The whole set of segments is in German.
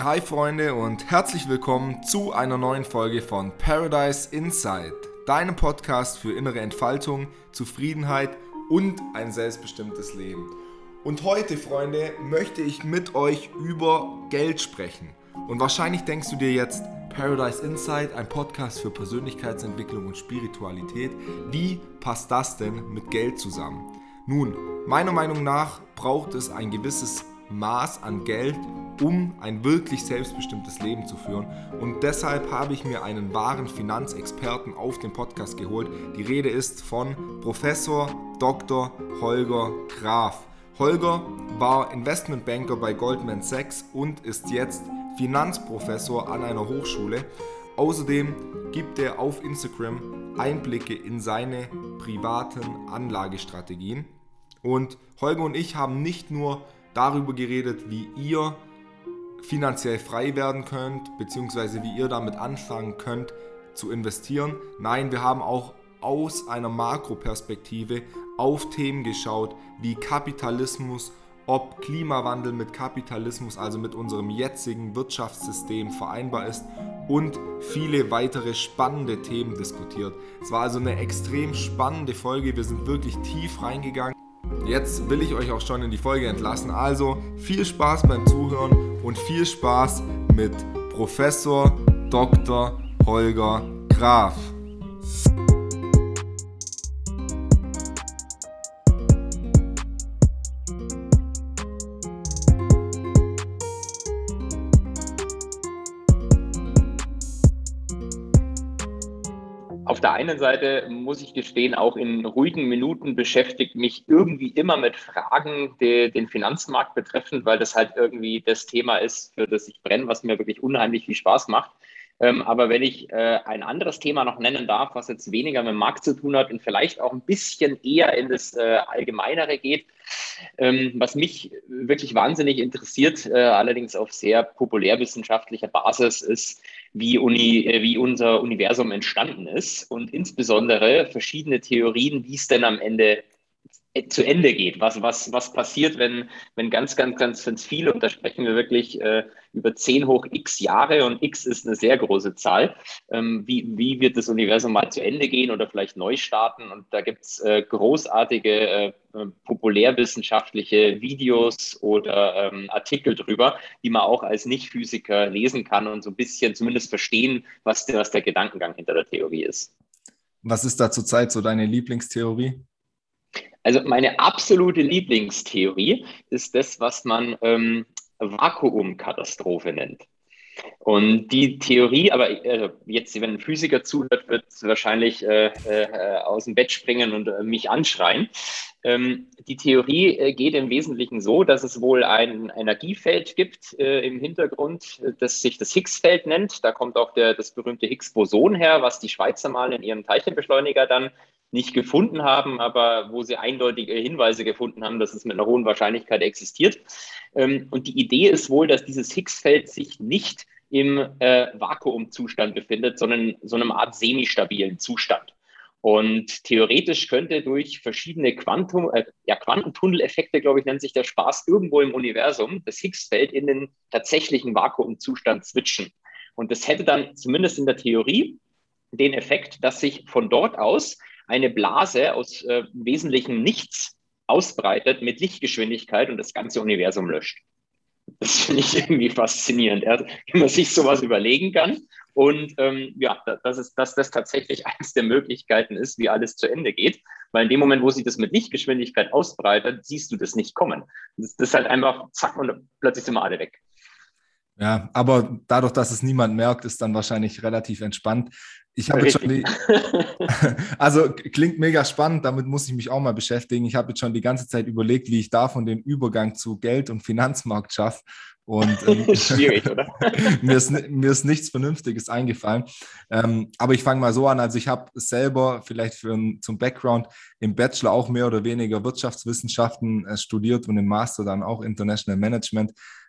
Hi Freunde und herzlich willkommen zu einer neuen Folge von Paradise Inside, deinem Podcast für innere Entfaltung, Zufriedenheit und ein selbstbestimmtes Leben. Und heute, Freunde, möchte ich mit euch über Geld sprechen. Und wahrscheinlich denkst du dir jetzt, Paradise Inside, ein Podcast für Persönlichkeitsentwicklung und Spiritualität. Wie passt das denn mit Geld zusammen? Nun, meiner Meinung nach braucht es ein gewisses Maß an Geld, um ein wirklich selbstbestimmtes Leben zu führen. Und deshalb habe ich mir einen wahren Finanzexperten auf den Podcast geholt. Die Rede ist von Professor Dr. Holger Graf. Holger war Investmentbanker bei Goldman Sachs und ist jetzt Finanzprofessor an einer Hochschule. Außerdem gibt er auf Instagram Einblicke in seine privaten Anlagestrategien. Und Holger und ich haben nicht nur darüber geredet, wie ihr finanziell frei werden könnt, beziehungsweise wie ihr damit anfangen könnt zu investieren. Nein, wir haben auch aus einer Makroperspektive auf Themen geschaut, wie Kapitalismus, ob Klimawandel mit Kapitalismus, also mit unserem jetzigen Wirtschaftssystem vereinbar ist und viele weitere spannende Themen diskutiert. Es war also eine extrem spannende Folge, wir sind wirklich tief reingegangen. Jetzt will ich euch auch schon in die Folge entlassen, also viel Spaß beim Zuhören und viel Spaß mit Professor Dr. Holger Graf. Auf der einen Seite muss ich gestehen, auch in ruhigen Minuten beschäftigt mich irgendwie immer mit Fragen, die den Finanzmarkt betreffen, weil das halt irgendwie das Thema ist, für das ich brenne, was mir wirklich unheimlich viel Spaß macht. Aber wenn ich ein anderes Thema noch nennen darf, was jetzt weniger mit dem Markt zu tun hat und vielleicht auch ein bisschen eher in das Allgemeinere geht, was mich wirklich wahnsinnig interessiert, allerdings auf sehr populärwissenschaftlicher Basis, ist, wie unser Universum entstanden ist und insbesondere verschiedene Theorien, wie es denn am Ende zu Ende geht. Was passiert, wenn ganz viele, und da sprechen wir wirklich über 10 hoch x Jahre und x ist eine sehr große Zahl, wie wird das Universum mal zu Ende gehen oder vielleicht neu starten? Und da gibt es großartige populärwissenschaftliche Videos oder Artikel drüber, die man auch als Nicht-Physiker lesen kann und so ein bisschen zumindest verstehen, was der Gedankengang hinter der Theorie ist. Was ist da zurzeit so deine Lieblingstheorie? Also meine absolute Lieblingstheorie ist das, was man Vakuumkatastrophe nennt. Und die Theorie, aber jetzt, wenn ein Physiker zuhört, wird es wahrscheinlich aus dem Bett springen und mich anschreien. Die Theorie geht im Wesentlichen so, dass es wohl ein Energiefeld gibt im Hintergrund, das sich das Higgs-Feld nennt. Da kommt auch das berühmte Higgs-Boson her, was die Schweizer mal in ihrem Teilchenbeschleuniger dann nicht gefunden haben, aber wo sie eindeutige Hinweise gefunden haben, dass es mit einer hohen Wahrscheinlichkeit existiert. Und die Idee ist wohl, dass dieses Higgs-Feld sich nicht im Vakuumzustand befindet, sondern in so einer Art semistabilen Zustand. Und theoretisch könnte durch verschiedene Quantentunneleffekte, glaube ich, nennt sich der Spaß, irgendwo im Universum das Higgs-Feld in den tatsächlichen Vakuumzustand switchen. Und das hätte dann zumindest in der Theorie den Effekt, dass sich von dort aus eine Blase aus wesentlichem Nichts ausbreitet mit Lichtgeschwindigkeit und das ganze Universum löscht. Das finde ich irgendwie faszinierend, wenn man sich sowas überlegen kann. Und dass das tatsächlich eines der Möglichkeiten ist, wie alles zu Ende geht. Weil in dem Moment, wo sich das mit Lichtgeschwindigkeit ausbreitet, siehst du das nicht kommen. Das ist halt einfach zack und plötzlich sind wir alle weg. Ja, aber dadurch, dass es niemand merkt, ist dann wahrscheinlich relativ entspannt. Ich habe jetzt schon also klingt mega spannend, damit muss ich mich auch mal beschäftigen. Ich habe jetzt schon die ganze Zeit überlegt, wie ich davon den Übergang zu Geld- und Finanzmarkt schaffe. Und schwierig, oder? mir ist nichts Vernünftiges eingefallen. Aber ich fange mal so an. Also ich habe selber vielleicht zum Background im Bachelor auch mehr oder weniger Wirtschaftswissenschaften studiert und im Master dann auch International Management.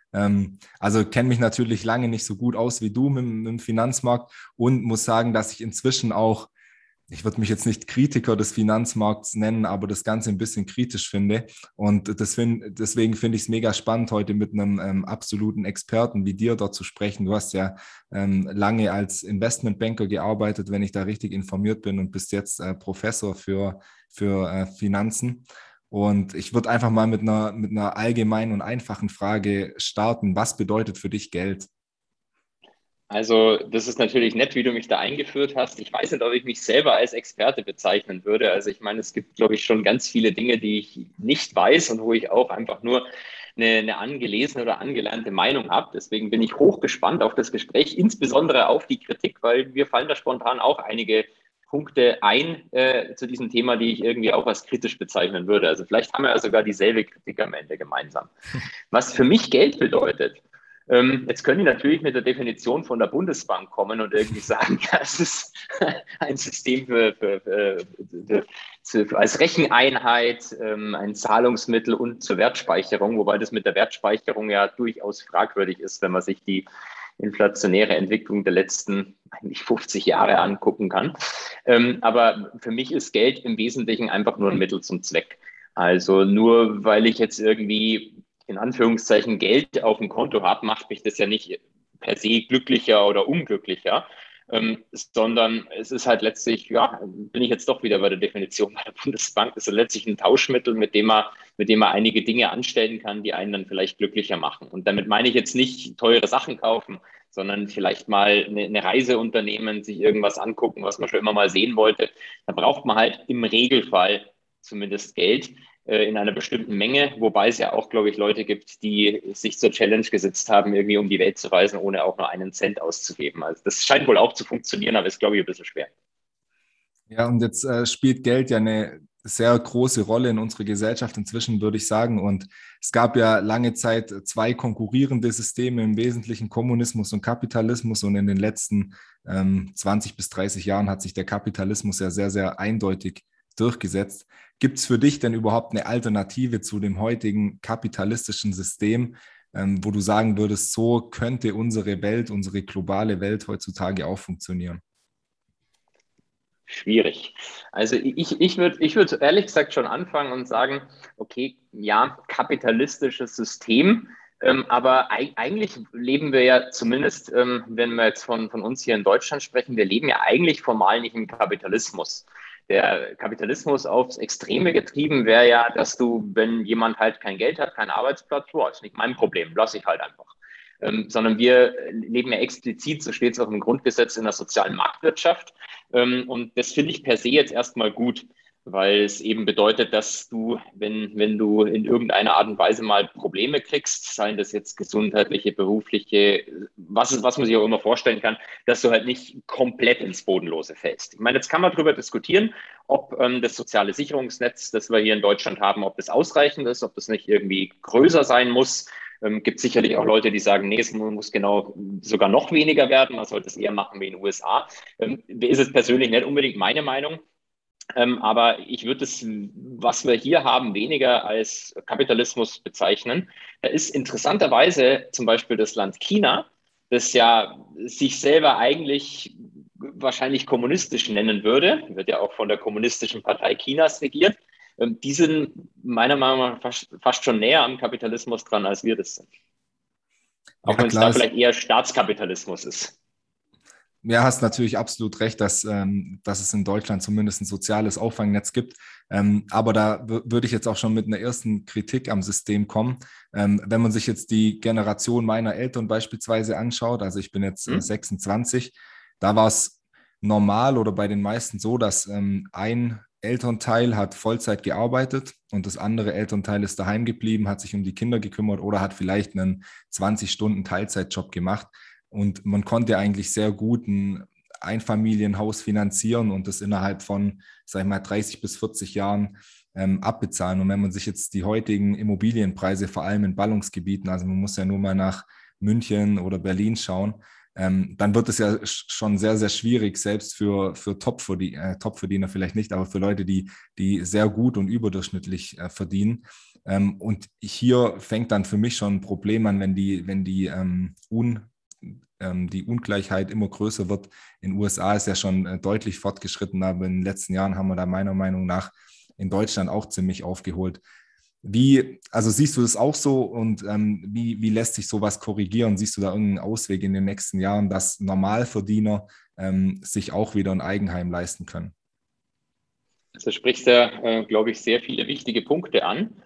Also kenne mich natürlich lange nicht so gut aus wie du mit dem Finanzmarkt und muss sagen, dass ich inzwischen auch ich würde mich jetzt nicht Kritiker des Finanzmarkts nennen, aber das Ganze ein bisschen kritisch finde. Und deswegen finde ich es mega spannend, heute mit einem absoluten Experten wie dir dort zu sprechen. Du hast ja lange als Investmentbanker gearbeitet, wenn ich da richtig informiert bin, und bist jetzt Professor für Finanzen. Und ich würde einfach mal mit einer allgemeinen und einfachen Frage starten. Was bedeutet für dich Geld? Also, das ist natürlich nett, wie du mich da eingeführt hast. Ich weiß nicht, ob ich mich selber als Experte bezeichnen würde. Also, ich meine, es gibt, glaube ich, schon ganz viele Dinge, die ich nicht weiß und wo ich auch einfach nur eine angelesene oder angelernte Meinung habe. Deswegen bin ich hochgespannt auf das Gespräch, insbesondere auf die Kritik, weil mir fallen da spontan auch einige Punkte ein zu diesem Thema, die ich irgendwie auch als kritisch bezeichnen würde. Also, vielleicht haben wir ja sogar dieselbe Kritik am Ende gemeinsam. Was für mich Geld bedeutet. Jetzt können die natürlich mit der Definition von der Bundesbank kommen und irgendwie sagen, ja, es ist ein System als Recheneinheit, ein Zahlungsmittel und zur Wertspeicherung, wobei das mit der Wertspeicherung ja durchaus fragwürdig ist, wenn man sich die inflationäre Entwicklung der letzten eigentlich 50 Jahre angucken kann. Aber für mich ist Geld im Wesentlichen einfach nur ein Mittel zum Zweck. Also nur weil ich jetzt irgendwie in Anführungszeichen Geld auf dem Konto habe, macht mich das ja nicht per se glücklicher oder unglücklicher, sondern es ist halt letztlich, ja, bin ich jetzt doch wieder bei der Definition bei der Bundesbank, das ist letztlich ein Tauschmittel, mit dem man einige Dinge anstellen kann, die einen dann vielleicht glücklicher machen. Und damit meine ich jetzt nicht teure Sachen kaufen, sondern vielleicht mal eine Reise unternehmen, sich irgendwas angucken, was man schon immer mal sehen wollte. Da braucht man halt im Regelfall zumindest Geld in einer bestimmten Menge, wobei es ja auch, glaube ich, Leute gibt, die sich zur Challenge gesetzt haben, irgendwie um die Welt zu reisen, ohne auch nur einen Cent auszugeben. Also das scheint wohl auch zu funktionieren, aber ist, glaube ich, ein bisschen schwer. Ja, und jetzt spielt Geld ja eine sehr große Rolle in unserer Gesellschaft inzwischen, würde ich sagen. Und es gab ja lange Zeit zwei konkurrierende Systeme, im Wesentlichen Kommunismus und Kapitalismus. Und in den letzten 20 bis 30 Jahren hat sich der Kapitalismus ja sehr, sehr eindeutig durchgesetzt. Gibt es für dich denn überhaupt eine Alternative zu dem heutigen kapitalistischen System, wo du sagen würdest, so könnte unsere Welt, unsere globale Welt heutzutage auch funktionieren? Schwierig. Also ich würd ehrlich gesagt schon anfangen und sagen, okay, ja, kapitalistisches System, aber eigentlich leben wir ja zumindest, wenn wir jetzt von uns hier in Deutschland sprechen, wir leben ja eigentlich formal nicht im Kapitalismus. Der Kapitalismus aufs Extreme getrieben wäre ja, dass du, wenn jemand halt kein Geld hat, keinen Arbeitsplatz, boah, ist nicht mein Problem, lass ich halt einfach. Sondern wir leben ja explizit, so steht es auch im Grundgesetz, in der sozialen Marktwirtschaft. Und das finde ich per se jetzt erstmal gut, weil es eben bedeutet, dass du, wenn du in irgendeiner Art und Weise mal Probleme kriegst, seien das jetzt gesundheitliche, berufliche, was man sich auch immer vorstellen kann, dass du halt nicht komplett ins Bodenlose fällst. Ich meine, jetzt kann man darüber diskutieren, ob das soziale Sicherungsnetz, das wir hier in Deutschland haben, ob das ausreichend ist, ob das nicht irgendwie größer sein muss. Gibt sicherlich auch Leute, die sagen, nee, es muss genau sogar noch weniger werden. Man sollte es eher machen wie in den USA. Ist es persönlich nicht unbedingt meine Meinung. Aber ich würde es, was wir hier haben, weniger als Kapitalismus bezeichnen. Da ist interessanterweise zum Beispiel das Land China, das ja sich selber eigentlich wahrscheinlich kommunistisch nennen würde, wird ja auch von der Kommunistischen Partei Chinas regiert. Die sind meiner Meinung nach fast schon näher am Kapitalismus dran, als wir das sind. Auch Ja, wenn es klar, da vielleicht eher Staatskapitalismus ist. ja, hast natürlich absolut recht, dass es in Deutschland zumindest ein soziales Auffangnetz gibt. Aber da würde ich jetzt auch schon mit einer ersten Kritik am System kommen. Wenn man sich jetzt die Generation meiner Eltern beispielsweise anschaut, also ich bin jetzt Hm? 26, da war es normal oder bei den meisten so, dass ein Elternteil hat Vollzeit gearbeitet und das andere Elternteil ist daheim geblieben, hat sich um die Kinder gekümmert oder hat vielleicht einen 20-Stunden-Teilzeitjob gemacht. Und man konnte eigentlich sehr gut ein Einfamilienhaus finanzieren und das innerhalb von, sag ich mal, 30 bis 40 Jahren abbezahlen. Und wenn man sich jetzt die heutigen Immobilienpreise, vor allem in Ballungsgebieten, also man muss ja nur mal nach München oder Berlin schauen, dann wird es ja schon sehr, sehr schwierig, selbst für Topverdiener vielleicht nicht, aber für Leute, die sehr gut und überdurchschnittlich verdienen. Und hier fängt dann für mich schon ein Problem an, wenn die die Ungleichheit immer größer wird. In den USA ist ja schon deutlich fortgeschritten, aber in den letzten Jahren haben wir da meiner Meinung nach in Deutschland auch ziemlich aufgeholt. Also siehst du das auch so und wie lässt sich sowas korrigieren? Siehst du da irgendeinen Ausweg in den nächsten Jahren, dass Normalverdiener sich auch wieder ein Eigenheim leisten können? Also sprichst du, glaube ich, sehr viele wichtige Punkte an.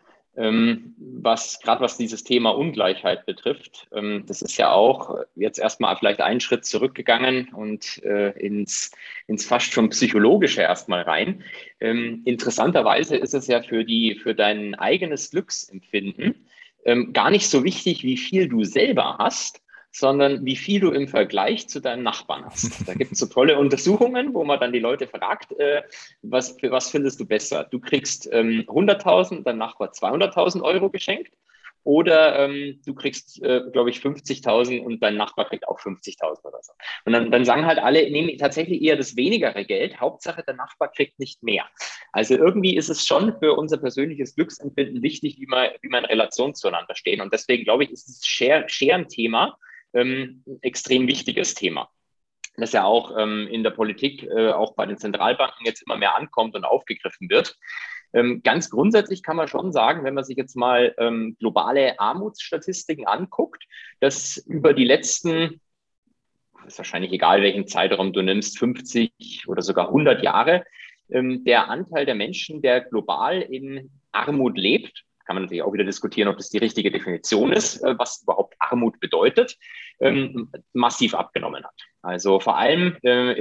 Was dieses Thema Ungleichheit betrifft, das ist ja auch jetzt erstmal vielleicht einen Schritt zurückgegangen und ins fast schon Psychologische erstmal rein. Interessanterweise ist es ja für dein eigenes Glücksempfinden gar nicht so wichtig, wie viel du selber hast, sondern wie viel du im Vergleich zu deinen Nachbarn hast. Da gibt es so tolle Untersuchungen, wo man dann die Leute fragt, für was findest du besser? Du kriegst 100.000, dein Nachbar 200.000 Euro geschenkt oder du kriegst, glaube ich, 50.000 und dein Nachbar kriegt auch 50.000 oder so. Und dann sagen halt alle, nehmen tatsächlich eher das wenigere Geld, Hauptsache der Nachbar kriegt nicht mehr. Also irgendwie ist es schon für unser persönliches Glücksempfinden wichtig, wie wir in Relation zueinander stehen. Und deswegen, glaube ich, ist das Scheren-Thema extrem wichtiges Thema, das ja auch in der Politik, auch bei den Zentralbanken jetzt immer mehr ankommt und aufgegriffen wird. Ganz grundsätzlich kann man schon sagen, wenn man sich jetzt mal globale Armutsstatistiken anguckt, dass über die letzten, ist wahrscheinlich egal, welchen Zeitraum du nimmst, 50 oder sogar 100 Jahre, der Anteil der Menschen, der global in Armut lebt, kann man natürlich auch wieder diskutieren, ob das die richtige Definition ist, was überhaupt Armut bedeutet, massiv abgenommen hat. Also vor allem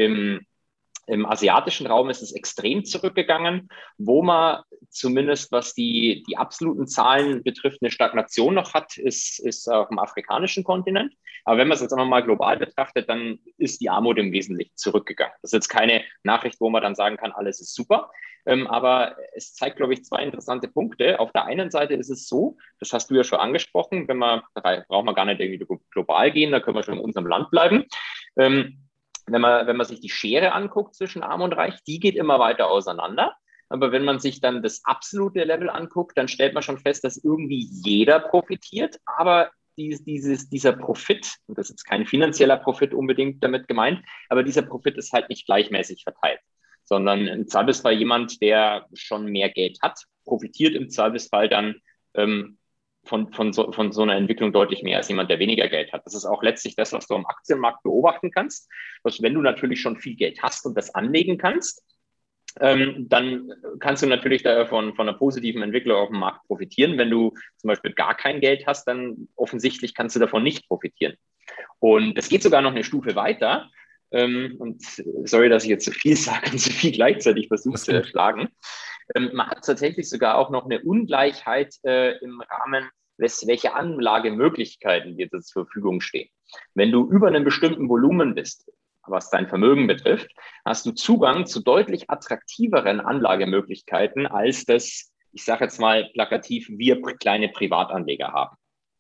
im asiatischen Raum ist es extrem zurückgegangen, wo man zumindest, was die absoluten Zahlen betrifft, eine Stagnation noch hat, ist auf dem afrikanischen Kontinent. Aber wenn man es jetzt auch mal global betrachtet, dann ist die Armut im Wesentlichen zurückgegangen. Das ist jetzt keine Nachricht, wo man dann sagen kann, alles ist super. Aber es zeigt, glaube ich, zwei interessante Punkte. Auf der einen Seite ist es so, das hast du ja schon angesprochen, da braucht man gar nicht irgendwie global gehen, da können wir schon in unserem Land bleiben. Wenn man sich die Schere anguckt zwischen Arm und Reich, die geht immer weiter auseinander. Aber wenn man sich dann das absolute Level anguckt, dann stellt man schon fest, dass irgendwie jeder profitiert. Aber dieser Profit, und das ist kein finanzieller Profit unbedingt damit gemeint, aber dieser Profit ist halt nicht gleichmäßig verteilt, sondern im Zweifelsfall jemand, der schon mehr Geld hat, profitiert im Zweifelsfall dann von so einer Entwicklung deutlich mehr als jemand, der weniger Geld hat. Das ist auch letztlich das, was du am Aktienmarkt beobachten kannst. Dass wenn du natürlich schon viel Geld hast und das anlegen kannst, dann kannst du natürlich von einer positiven Entwicklung auf dem Markt profitieren. Wenn du zum Beispiel gar kein Geld hast, dann offensichtlich kannst du davon nicht profitieren. Und es geht sogar noch eine Stufe weiter. Und sorry, dass ich jetzt zu viel sage und zu viel gleichzeitig versuche zu erschlagen. Man hat tatsächlich sogar auch noch eine Ungleichheit im Rahmen, welche Anlagemöglichkeiten dir zur Verfügung stehen. Wenn du über einem bestimmten Volumen bist, was dein Vermögen betrifft, hast du Zugang zu deutlich attraktiveren Anlagemöglichkeiten, als das, ich sage jetzt mal plakativ, wir kleine Privatanleger haben.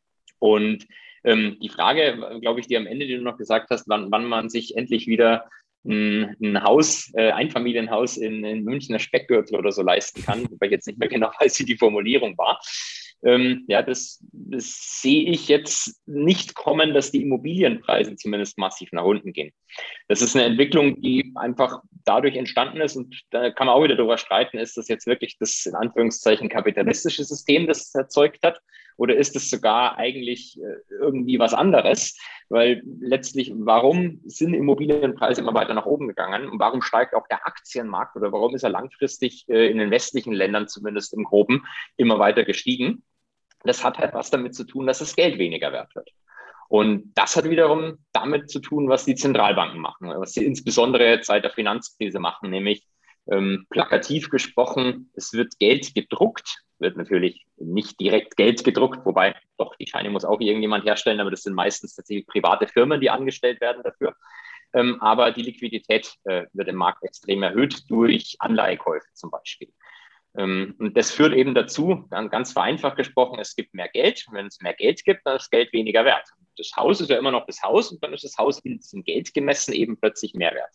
Und die Frage, glaube ich, die am Ende, die du noch gesagt hast, wann man sich endlich wieder ein Haus, Einfamilienhaus in Münchner Speckgürtel oder so leisten kann, wobei ich jetzt nicht mehr genau weiß, wie die Formulierung war. Ja, das sehe ich jetzt nicht kommen, dass die Immobilienpreise zumindest massiv nach unten gehen. Das ist eine Entwicklung, die einfach dadurch entstanden ist, und da kann man auch wieder darüber streiten, ist das jetzt wirklich das in Anführungszeichen kapitalistische System, das es erzeugt hat, oder ist es sogar eigentlich irgendwie was anderes? Weil letztlich, warum sind Immobilienpreise immer weiter nach oben gegangen und warum steigt auch der Aktienmarkt oder warum ist er langfristig in den westlichen Ländern zumindest im Groben immer weiter gestiegen? Das hat halt was damit zu tun, dass das Geld weniger wert wird. Und das hat wiederum damit zu tun, was die Zentralbanken machen, was sie insbesondere seit der Finanzkrise machen, nämlich plakativ gesprochen, es wird Geld gedruckt, wird natürlich nicht direkt Geld gedruckt, wobei doch, die Scheine muss auch irgendjemand herstellen, aber das sind meistens tatsächlich private Firmen, die angestellt werden dafür. Aber die Liquidität wird im Markt extrem erhöht durch Anleihekäufe zum Beispiel. Und das führt eben dazu, ganz vereinfacht gesprochen, es gibt mehr Geld. Und wenn es mehr Geld gibt, dann ist das Geld weniger wert. Das Haus ist ja immer noch das Haus und dann ist das Haus in Geld gemessen eben plötzlich mehr wert.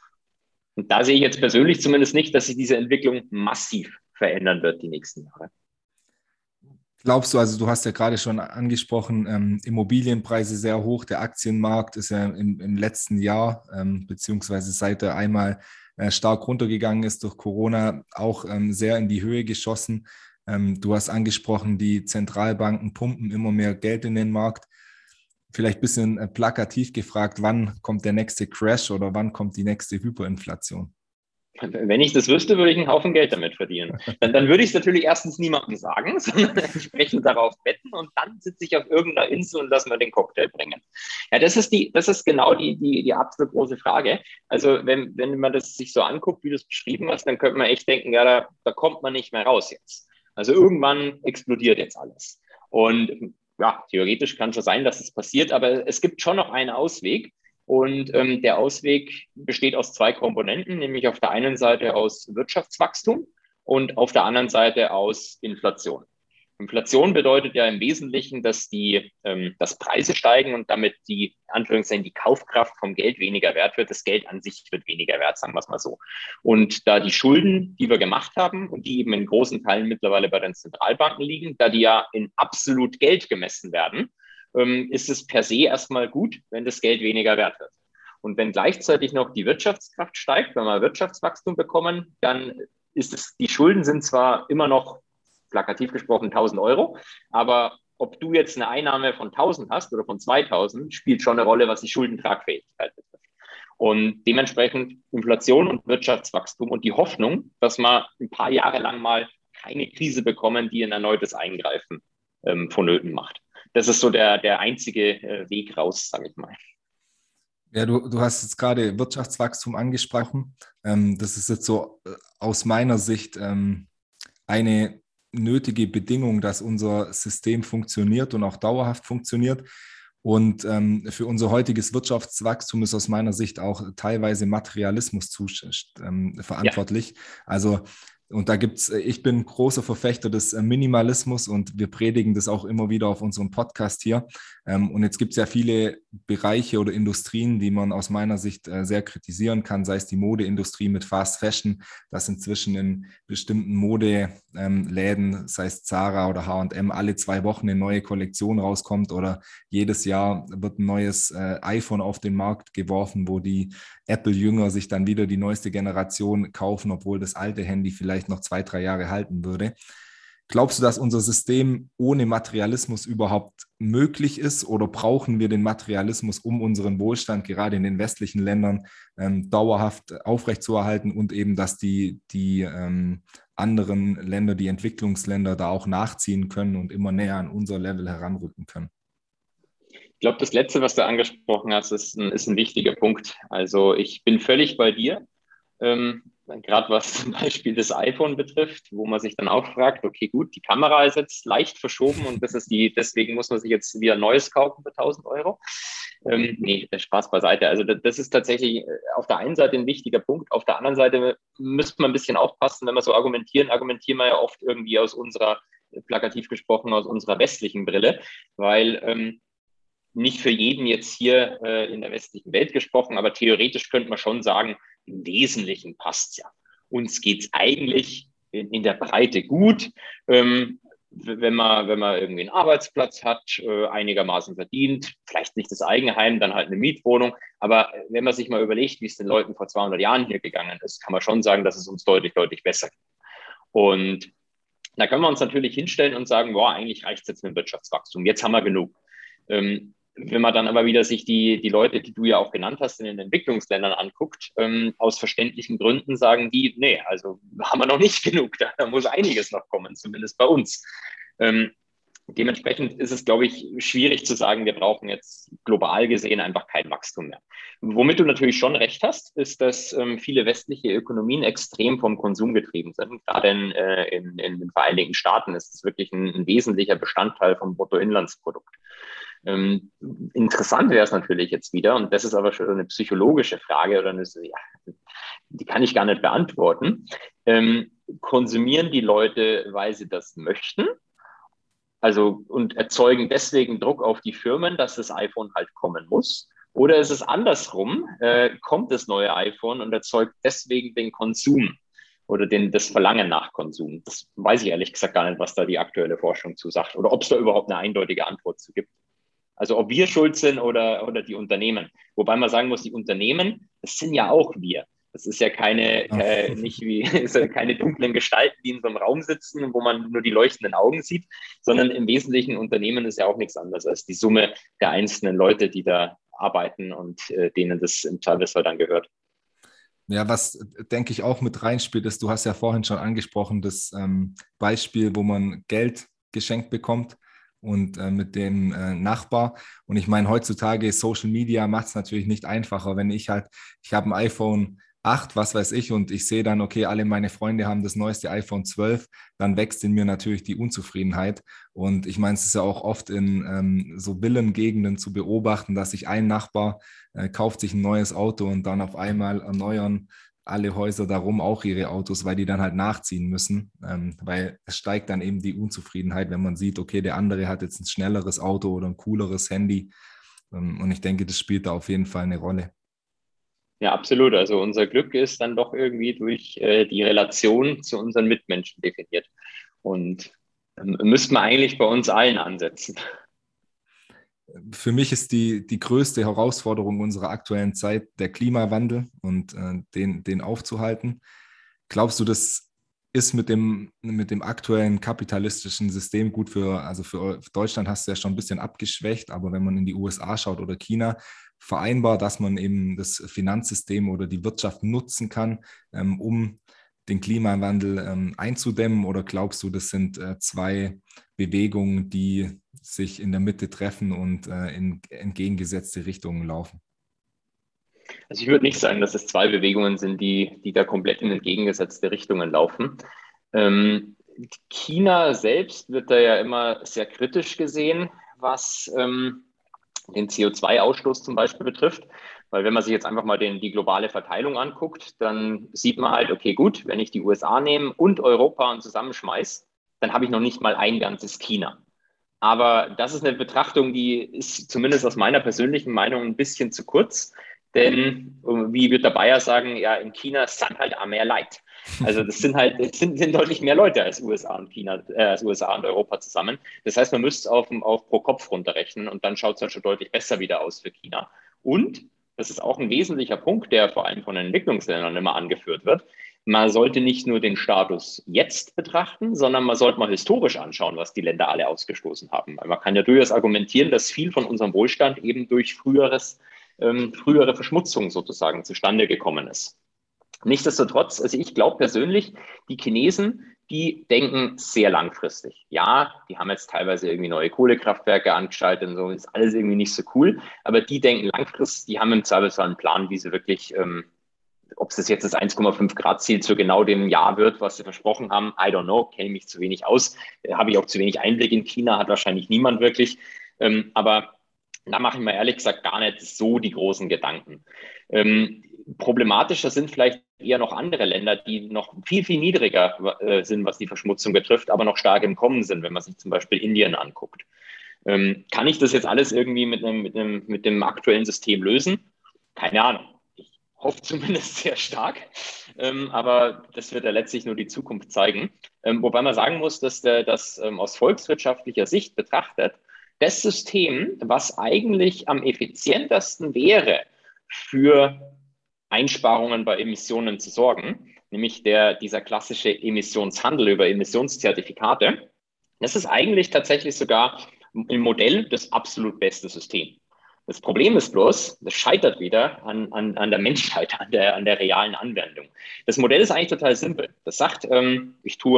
Und da sehe ich jetzt persönlich zumindest nicht, dass sich diese Entwicklung massiv verändern wird die nächsten Jahre. Glaubst du, also du hast ja gerade schon angesprochen, Immobilienpreise sehr hoch, der Aktienmarkt ist ja im letzten Jahr, beziehungsweise seit er einmal stark runtergegangen ist durch Corona, auch sehr in die Höhe geschossen. Du hast angesprochen, die Zentralbanken pumpen immer mehr Geld in den Markt. Vielleicht ein bisschen plakativ gefragt, wann kommt der nächste Crash oder wann kommt die nächste Hyperinflation? Wenn ich das wüsste, würde ich einen Haufen Geld damit verdienen. Dann würde ich es natürlich erstens niemandem sagen, sondern entsprechend darauf wetten und dann sitze ich auf irgendeiner Insel und lasse mir den Cocktail bringen. Ja, das ist genau die absolut große Frage. Also wenn man das sich so anguckt, wie du es beschrieben hast, dann könnte man echt denken, ja, da kommt man nicht mehr raus jetzt. Also irgendwann explodiert jetzt alles. Und ja, theoretisch kann schon sein, dass es passiert, aber es gibt schon noch einen Ausweg. Und der Ausweg besteht aus zwei Komponenten, nämlich auf der einen Seite aus Wirtschaftswachstum und auf der anderen Seite aus Inflation. Inflation bedeutet ja im Wesentlichen, dass Preise steigen und damit die Kaufkraft vom Geld weniger wert wird. Das Geld an sich wird weniger wert, sagen wir es mal so. Und da die Schulden, die wir gemacht haben und die eben in großen Teilen mittlerweile bei den Zentralbanken liegen, da die ja in absolut Geld gemessen werden, ist es per se erstmal gut, wenn das Geld weniger wert wird. Und wenn gleichzeitig noch die Wirtschaftskraft steigt, wenn wir Wirtschaftswachstum bekommen, dann die Schulden sind zwar immer noch, plakativ gesprochen, 1.000 €, aber ob du jetzt eine Einnahme von 1.000 hast oder von 2.000, spielt schon eine Rolle, was die Schuldentragfähigkeit betrifft. Und dementsprechend Inflation und Wirtschaftswachstum und die Hoffnung, dass wir ein paar Jahre lang mal keine Krise bekommen, die ein erneutes Eingreifen vonnöten macht. Das ist so der einzige Weg raus, sage ich mal. Ja, du hast jetzt gerade Wirtschaftswachstum angesprochen. Das ist jetzt so aus meiner Sicht eine nötige Bedingung, dass unser System funktioniert und auch dauerhaft funktioniert. Und für unser heutiges Wirtschaftswachstum ist aus meiner Sicht auch teilweise Materialismus Ja, verantwortlich. Also und ich bin großer Verfechter des Minimalismus und wir predigen das auch immer wieder auf unserem Podcast hier. Und jetzt gibt es ja viele Bereiche oder Industrien, die man aus meiner Sicht sehr kritisieren kann, sei es die Modeindustrie mit Fast Fashion, dass inzwischen in bestimmten Modeläden, sei es Zara oder H&M, alle 2 Wochen eine neue Kollektion rauskommt oder jedes Jahr wird ein neues iPhone auf den Markt geworfen, wo die Apple-Jünger sich dann wieder die neueste Generation kaufen, obwohl das alte Handy vielleicht noch 2, 3 Jahre halten würde. Glaubst du, dass unser System ohne Materialismus überhaupt möglich ist oder brauchen wir den Materialismus, um unseren Wohlstand gerade in den westlichen Ländern dauerhaft aufrechtzuerhalten und eben, dass die anderen Länder, die Entwicklungsländer da auch nachziehen können und immer näher an unser Level heranrücken können? ich glaube, das Letzte, was du angesprochen hast, ist ein wichtiger Punkt. Also ich bin völlig bei dir. Gerade was zum Beispiel das iPhone betrifft, wo man sich dann auch fragt, okay, gut, die Kamera ist jetzt leicht verschoben und deswegen muss man sich jetzt wieder ein neues kaufen für 1.000 €. Nee, der Spaß beiseite. Also das ist tatsächlich auf der einen Seite ein wichtiger Punkt. Auf der anderen Seite müsste man ein bisschen aufpassen, wenn wir so argumentieren wir ja oft irgendwie plakativ gesprochen, aus unserer westlichen Brille, weil nicht für jeden jetzt hier in der westlichen Welt gesprochen, aber theoretisch könnte man schon sagen, im Wesentlichen passt es ja. Uns geht es eigentlich in der Breite gut. Wenn man irgendwie einen Arbeitsplatz hat, einigermaßen verdient, vielleicht nicht das Eigenheim, dann halt eine Mietwohnung. Aber wenn man sich mal überlegt, wie es den Leuten vor 200 Jahren hier gegangen ist, kann man schon sagen, dass es uns deutlich, deutlich besser geht. Und da können wir uns natürlich hinstellen und sagen, boah, eigentlich reicht es jetzt mit dem Wirtschaftswachstum. Jetzt haben wir genug. Wenn man dann aber wieder sich die Leute, die du ja auch genannt hast, in den Entwicklungsländern anguckt, aus verständlichen Gründen sagen die, nee, also haben wir noch nicht genug, da muss einiges noch kommen, zumindest bei uns. Dementsprechend ist es, glaube ich, schwierig zu sagen, wir brauchen jetzt global gesehen einfach kein Wachstum mehr. Womit du natürlich schon recht hast, ist, dass viele westliche Ökonomien extrem vom Konsum getrieben sind. Gerade in den Vereinigten Staaten ist es wirklich ein wesentlicher Bestandteil vom Bruttoinlandsprodukt. Interessant wäre es natürlich jetzt wieder, und das ist aber schon eine psychologische Frage, die kann ich gar nicht beantworten. Konsumieren die Leute, weil sie das möchten? Also und erzeugen deswegen Druck auf die Firmen, dass das iPhone halt kommen muss? Oder ist es andersrum? Kommt das neue iPhone und erzeugt deswegen den Konsum? oder das Verlangen nach Konsum. Das weiß ich ehrlich gesagt gar nicht, was da die aktuelle Forschung zu sagt oder ob es da überhaupt eine eindeutige Antwort zu gibt. Also ob wir schuld sind oder die Unternehmen. Wobei man sagen muss, die Unternehmen, das sind ja auch wir. Das ist ja nicht wie ist ja keine dunklen Gestalten, die in so einem Raum sitzen, wo man nur die leuchtenden Augen sieht, sondern im Wesentlichen Unternehmen ist ja auch nichts anderes als die Summe der einzelnen Leute, die da arbeiten und denen das im Zweifelsfall dann gehört. Ja, was denke ich auch mit reinspielt, ist, du hast ja vorhin schon angesprochen, das Beispiel, wo man Geld geschenkt bekommt und mit dem Nachbar. Und ich meine, heutzutage Social Media macht es natürlich nicht einfacher, wenn ich habe ein iPhone 8, was weiß ich, und ich sehe dann, okay, alle meine Freunde haben das neueste iPhone 12, dann wächst in mir natürlich die Unzufriedenheit. Und ich meine, es ist ja auch oft in so Villengegenden zu beobachten, dass sich ein Nachbar kauft sich ein neues Auto und dann auf einmal erneuern alle Häuser darum auch ihre Autos, weil die dann halt nachziehen müssen, weil es steigt dann eben die Unzufriedenheit, wenn man sieht, okay, der andere hat jetzt ein schnelleres Auto oder ein cooleres Handy, und ich denke, das spielt da auf jeden Fall eine Rolle. Ja, absolut. Also unser Glück ist dann doch irgendwie durch die Relation zu unseren Mitmenschen definiert. Und müssten wir eigentlich bei uns allen ansetzen. Für mich ist die größte Herausforderung unserer aktuellen Zeit der Klimawandel und den aufzuhalten. Glaubst du, das ist mit dem aktuellen kapitalistischen System gut also für Deutschland hast du ja schon ein bisschen abgeschwächt, aber wenn man in die USA schaut oder China, vereinbar, dass man eben das Finanzsystem oder die Wirtschaft nutzen kann, um den Klimawandel einzudämmen? Oder glaubst du, das sind zwei Bewegungen, die sich in der Mitte treffen und in entgegengesetzte Richtungen laufen? Also ich würde nicht sagen, dass es zwei Bewegungen sind, die da komplett in entgegengesetzte Richtungen laufen. China selbst wird da ja immer sehr kritisch gesehen, was den CO2-Ausstoß zum Beispiel betrifft. Weil wenn man sich jetzt einfach mal die globale Verteilung anguckt, dann sieht man halt, okay, gut, wenn ich die USA nehme und Europa und zusammenschmeiße, dann habe ich noch nicht mal ein ganzes China. Aber das ist eine Betrachtung, die ist zumindest aus meiner persönlichen Meinung ein bisschen zu kurz. Denn, wie wird der Bayer sagen, ja, in China sind halt auch mehr Leute. Also das sind deutlich mehr Leute als USA und China, als USA und Europa zusammen. Das heißt, man müsste auf pro Kopf runterrechnen und dann schaut es halt schon deutlich besser wieder aus für China. Und das ist auch ein wesentlicher Punkt, der vor allem von den Entwicklungsländern immer angeführt wird. Man sollte nicht nur den Status jetzt betrachten, sondern man sollte mal historisch anschauen, was die Länder alle ausgestoßen haben. Weil man kann ja durchaus argumentieren, dass viel von unserem Wohlstand eben durch frühere Verschmutzung sozusagen zustande gekommen ist. Nichtsdestotrotz, also ich glaube persönlich, die Chinesen, die denken sehr langfristig. Ja, die haben jetzt teilweise irgendwie neue Kohlekraftwerke angeschaltet und so, ist alles irgendwie nicht so cool, aber die denken langfristig, die haben im Zweifelsfall einen Plan, wie sie wirklich ob es jetzt das 1,5 Grad Ziel zu genau dem Jahr wird, was sie versprochen haben, I don't know, kenne mich zu wenig aus, habe ich auch zu wenig Einblick in China, hat wahrscheinlich niemand wirklich. Aber da mache ich mir ehrlich gesagt gar nicht so die großen Gedanken. Problematischer sind vielleicht eher noch andere Länder, die noch viel, viel niedriger sind, was die Verschmutzung betrifft, aber noch stark im Kommen sind, wenn man sich zum Beispiel Indien anguckt. Kann ich das jetzt alles irgendwie mit dem aktuellen System lösen? Keine Ahnung. Hoffe zumindest sehr stark. Aber das wird ja letztlich nur die Zukunft zeigen. Wobei man sagen muss, dass das aus volkswirtschaftlicher Sicht betrachtet, das System, was eigentlich am effizientesten wäre, für Einsparungen bei Emissionen zu sorgen, nämlich dieser klassische Emissionshandel über Emissionszertifikate, das ist eigentlich tatsächlich sogar im Modell das absolut beste System. Das Problem ist bloß, das scheitert wieder an der Menschheit, an der realen Anwendung. Das Modell ist eigentlich total simpel. Das sagt, von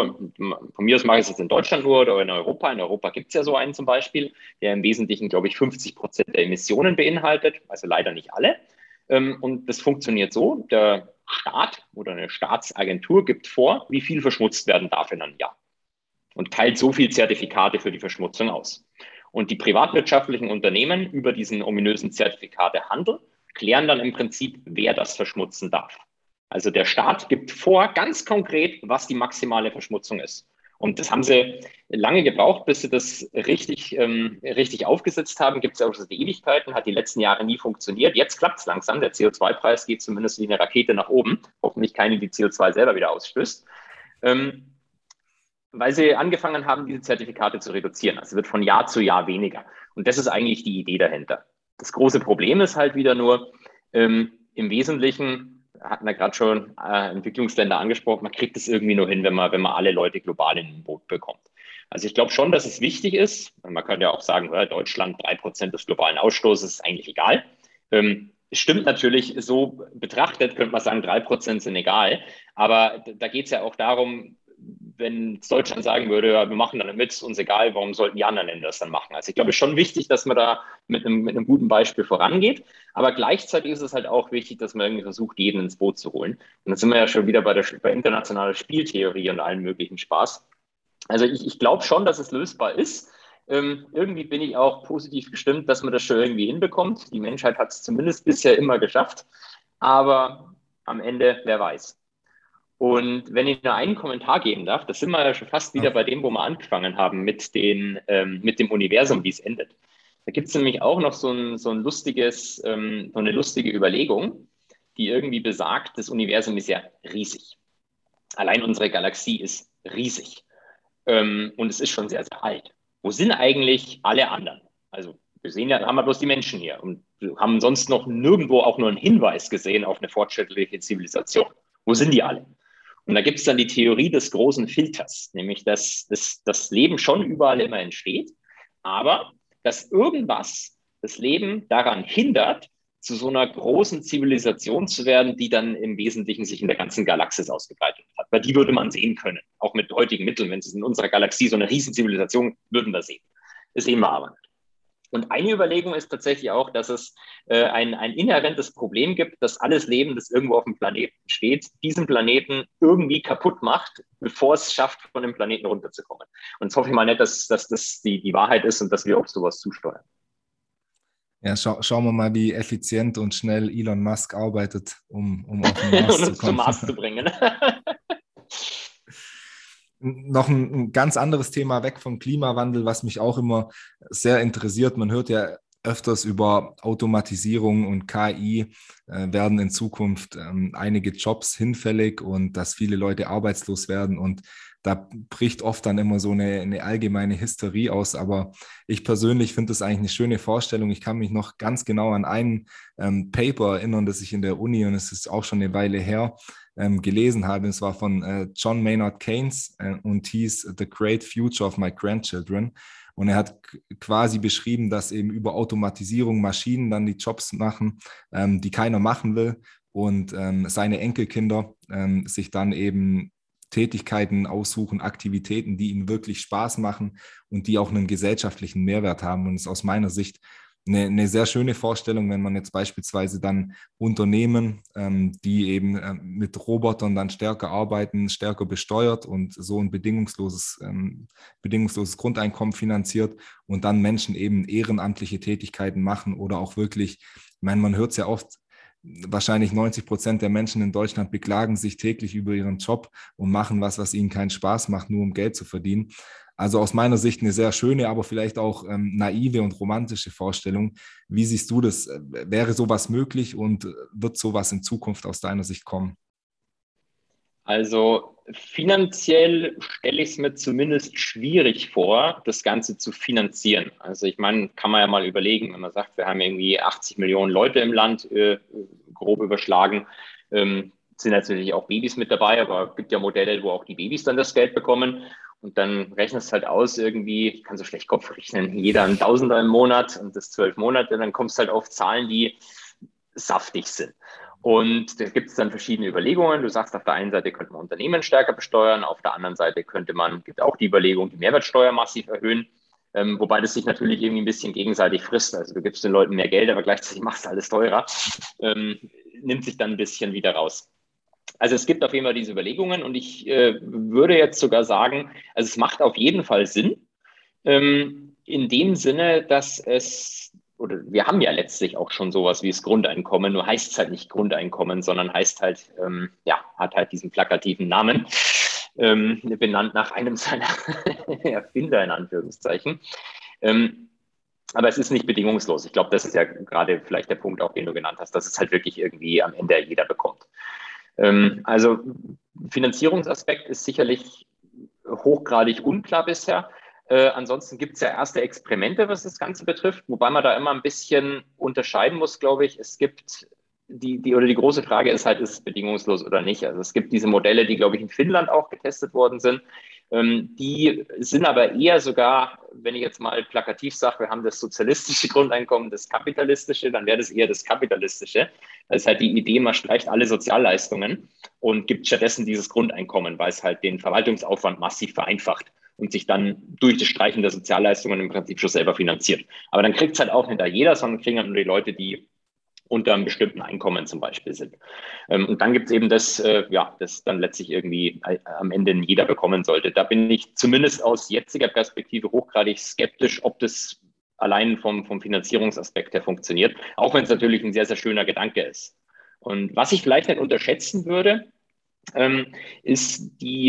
mir aus mache ich es jetzt in Deutschland nur oder in Europa. In Europa gibt es ja so einen zum Beispiel, der im Wesentlichen, glaube ich, 50% der Emissionen beinhaltet, also leider nicht alle. Und das funktioniert so, der Staat oder eine Staatsagentur gibt vor, wie viel verschmutzt werden darf in einem Jahr und teilt so viel Zertifikate für die Verschmutzung aus. Und die privatwirtschaftlichen Unternehmen über diesen ominösen Zertifikatehandel klären dann im Prinzip, wer das verschmutzen darf. Also der Staat gibt vor, ganz konkret, was die maximale Verschmutzung ist. Und das haben sie lange gebraucht, bis sie das richtig aufgesetzt haben. Gibt es auch schon Ewigkeiten, hat die letzten Jahre nie funktioniert. Jetzt klappt es langsam. Der CO2-Preis geht zumindest wie eine Rakete nach oben. Hoffentlich keine, die CO2 selber wieder ausstößt. Weil sie angefangen haben, diese Zertifikate zu reduzieren. Also wird von Jahr zu Jahr weniger. Und das ist eigentlich die Idee dahinter. Das große Problem ist halt wieder nur, im Wesentlichen, hatten wir gerade schon Entwicklungsländer angesprochen, man kriegt es irgendwie nur hin, wenn man alle Leute global in ein Boot bekommt. Also ich glaube schon, dass es wichtig ist. Man könnte ja auch sagen, Deutschland 3% des globalen Ausstoßes ist eigentlich egal. Es stimmt natürlich, so betrachtet könnte man sagen, 3% sind egal. Aber da geht es ja auch darum, wenn Deutschland sagen würde, ja, wir machen dann mit, uns egal, warum sollten die anderen Länder das dann machen? Also ich glaube, es ist schon wichtig, dass man da mit einem guten Beispiel vorangeht, aber gleichzeitig ist es halt auch wichtig, dass man irgendwie versucht, jeden ins Boot zu holen. Und dann sind wir ja schon wieder bei internationaler Spieltheorie und allen möglichen Spaß. Also ich glaube schon, dass es lösbar ist. Irgendwie bin ich auch positiv gestimmt, dass man das schon irgendwie hinbekommt. Die Menschheit hat es zumindest bisher immer geschafft, aber am Ende, wer weiß. Und wenn ich nur einen Kommentar geben darf, das sind wir ja schon fast wieder bei dem, wo wir angefangen haben, mit dem Universum, wie es endet. Da gibt es nämlich auch noch so eine lustige Überlegung, die irgendwie besagt, das Universum ist ja riesig. Allein unsere Galaxie ist riesig. Und es ist schon sehr, sehr alt. Wo sind eigentlich alle anderen? Also wir sehen ja, haben wir bloß die Menschen hier und haben sonst noch nirgendwo auch nur einen Hinweis gesehen auf eine fortschrittliche Zivilisation. Wo sind die alle? Und da gibt es dann die Theorie des großen Filters, nämlich dass das Leben schon überall immer entsteht, aber dass irgendwas das Leben daran hindert, zu so einer großen Zivilisation zu werden, die dann im Wesentlichen sich in der ganzen Galaxis ausgebreitet hat. Weil die würde man sehen können, auch mit heutigen Mitteln. Wenn es in unserer Galaxie so eine Riesenzivilisation würden wir sehen. Das sehen wir aber nicht. Und eine Überlegung ist tatsächlich auch, dass es ein inhärentes Problem gibt, dass alles Leben, das irgendwo auf dem Planeten steht, diesen Planeten irgendwie kaputt macht, bevor es schafft, von dem Planeten runterzukommen. Und jetzt hoffe ich mal nicht, dass das die Wahrheit ist und dass wir auf sowas zusteuern. Ja, schauen wir mal, wie effizient und schnell Elon Musk arbeitet, um auf den Mars zu kommen. Zum Mars zu bringen. Noch ein ganz anderes Thema weg vom Klimawandel, was mich auch immer sehr interessiert. Man hört ja öfters über Automatisierung und KI werden in Zukunft einige Jobs hinfällig und dass viele Leute arbeitslos werden. Und da bricht oft dann immer so eine allgemeine Hysterie aus. Aber ich persönlich finde das eigentlich eine schöne Vorstellung. Ich kann mich noch ganz genau an ein Paper erinnern, das ich in der Uni, und es ist auch schon eine Weile her, gelesen habe. Es war von John Maynard Keynes und hieß The Great Future of My Grandchildren. Und er hat quasi beschrieben, dass eben über Automatisierung Maschinen dann die Jobs machen, die keiner machen will, und seine Enkelkinder sich dann eben Tätigkeiten aussuchen, Aktivitäten, die ihnen wirklich Spaß machen und die auch einen gesellschaftlichen Mehrwert haben. Und es ist aus meiner Sicht eine sehr schöne Vorstellung, wenn man jetzt beispielsweise dann Unternehmen, die eben mit Robotern dann stärker arbeiten, stärker besteuert und so ein bedingungsloses Grundeinkommen finanziert und dann Menschen eben ehrenamtliche Tätigkeiten machen oder auch wirklich, ich meine, man hört es ja oft, wahrscheinlich 90% der Menschen in Deutschland beklagen sich täglich über ihren Job und machen was ihnen keinen Spaß macht, nur um Geld zu verdienen. Also aus meiner Sicht eine sehr schöne, aber vielleicht auch naive und romantische Vorstellung. Wie siehst du das? Wäre sowas möglich und wird sowas in Zukunft aus deiner Sicht kommen? Also finanziell stelle ich es mir zumindest schwierig vor, das Ganze zu finanzieren. Also ich meine, kann man ja mal überlegen, wenn man sagt, wir haben irgendwie 80 Millionen Leute im Land, grob überschlagen, sind natürlich auch Babys mit dabei, aber es gibt ja Modelle, wo auch die Babys dann das Geld bekommen. Und dann rechnest halt aus irgendwie, ich kann so schlecht Kopf rechnen, jeder ein Tausender im Monat und das 12 Monate, dann kommst du halt auf Zahlen, die saftig sind. Und da gibt es dann verschiedene Überlegungen. Du sagst, auf der einen Seite könnte man Unternehmen stärker besteuern, auf der anderen Seite gibt auch die Überlegung, die Mehrwertsteuer massiv erhöhen, wobei das sich natürlich irgendwie ein bisschen gegenseitig frisst. Also du gibst den Leuten mehr Geld, aber gleichzeitig machst du alles teurer, nimmt sich dann ein bisschen wieder raus. Also es gibt auf jeden Fall diese Überlegungen und ich würde jetzt sogar sagen, also es macht auf jeden Fall Sinn, in dem Sinne, dass oder wir haben ja letztlich auch schon sowas wie das Grundeinkommen, nur heißt es halt nicht Grundeinkommen, sondern heißt halt, hat halt diesen plakativen Namen. benannt nach einem seiner Erfinder in Anführungszeichen. Aber es ist nicht bedingungslos. Ich glaube, das ist ja gerade vielleicht der Punkt, auch den du genannt hast, dass es halt wirklich irgendwie am Ende jeder bekommt. Also Finanzierungsaspekt ist sicherlich hochgradig unklar bisher. Ansonsten gibt es ja erste Experimente, was das Ganze betrifft, wobei man da immer ein bisschen unterscheiden muss, glaube ich. Es gibt die große Frage ist halt, ist es bedingungslos oder nicht? Also es gibt diese Modelle, die, glaube ich, in Finnland auch getestet worden sind. Die sind aber eher sogar, wenn ich jetzt mal plakativ sage, wir haben das sozialistische Grundeinkommen, das kapitalistische, dann wäre das eher das kapitalistische. Das ist halt die Idee, man streicht alle Sozialleistungen und gibt stattdessen dieses Grundeinkommen, weil es halt den Verwaltungsaufwand massiv vereinfacht und sich dann durch das Streichen der Sozialleistungen im Prinzip schon selber finanziert. Aber dann kriegt es halt auch nicht da jeder, sondern kriegen halt nur die Leute, die unter einem bestimmten Einkommen zum Beispiel sind. Und dann gibt es eben das dann letztlich irgendwie am Ende jeder bekommen sollte. Da bin ich zumindest aus jetziger Perspektive hochgradig skeptisch, ob das allein vom Finanzierungsaspekt her funktioniert, auch wenn es natürlich ein sehr, sehr schöner Gedanke ist. Und was ich vielleicht nicht unterschätzen würde, ist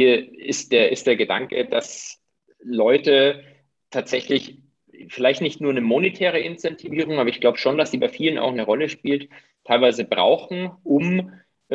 der Gedanke, dass Leute tatsächlich vielleicht nicht nur eine monetäre Incentivierung, aber ich glaube schon, dass die bei vielen auch eine Rolle spielt, teilweise brauchen, um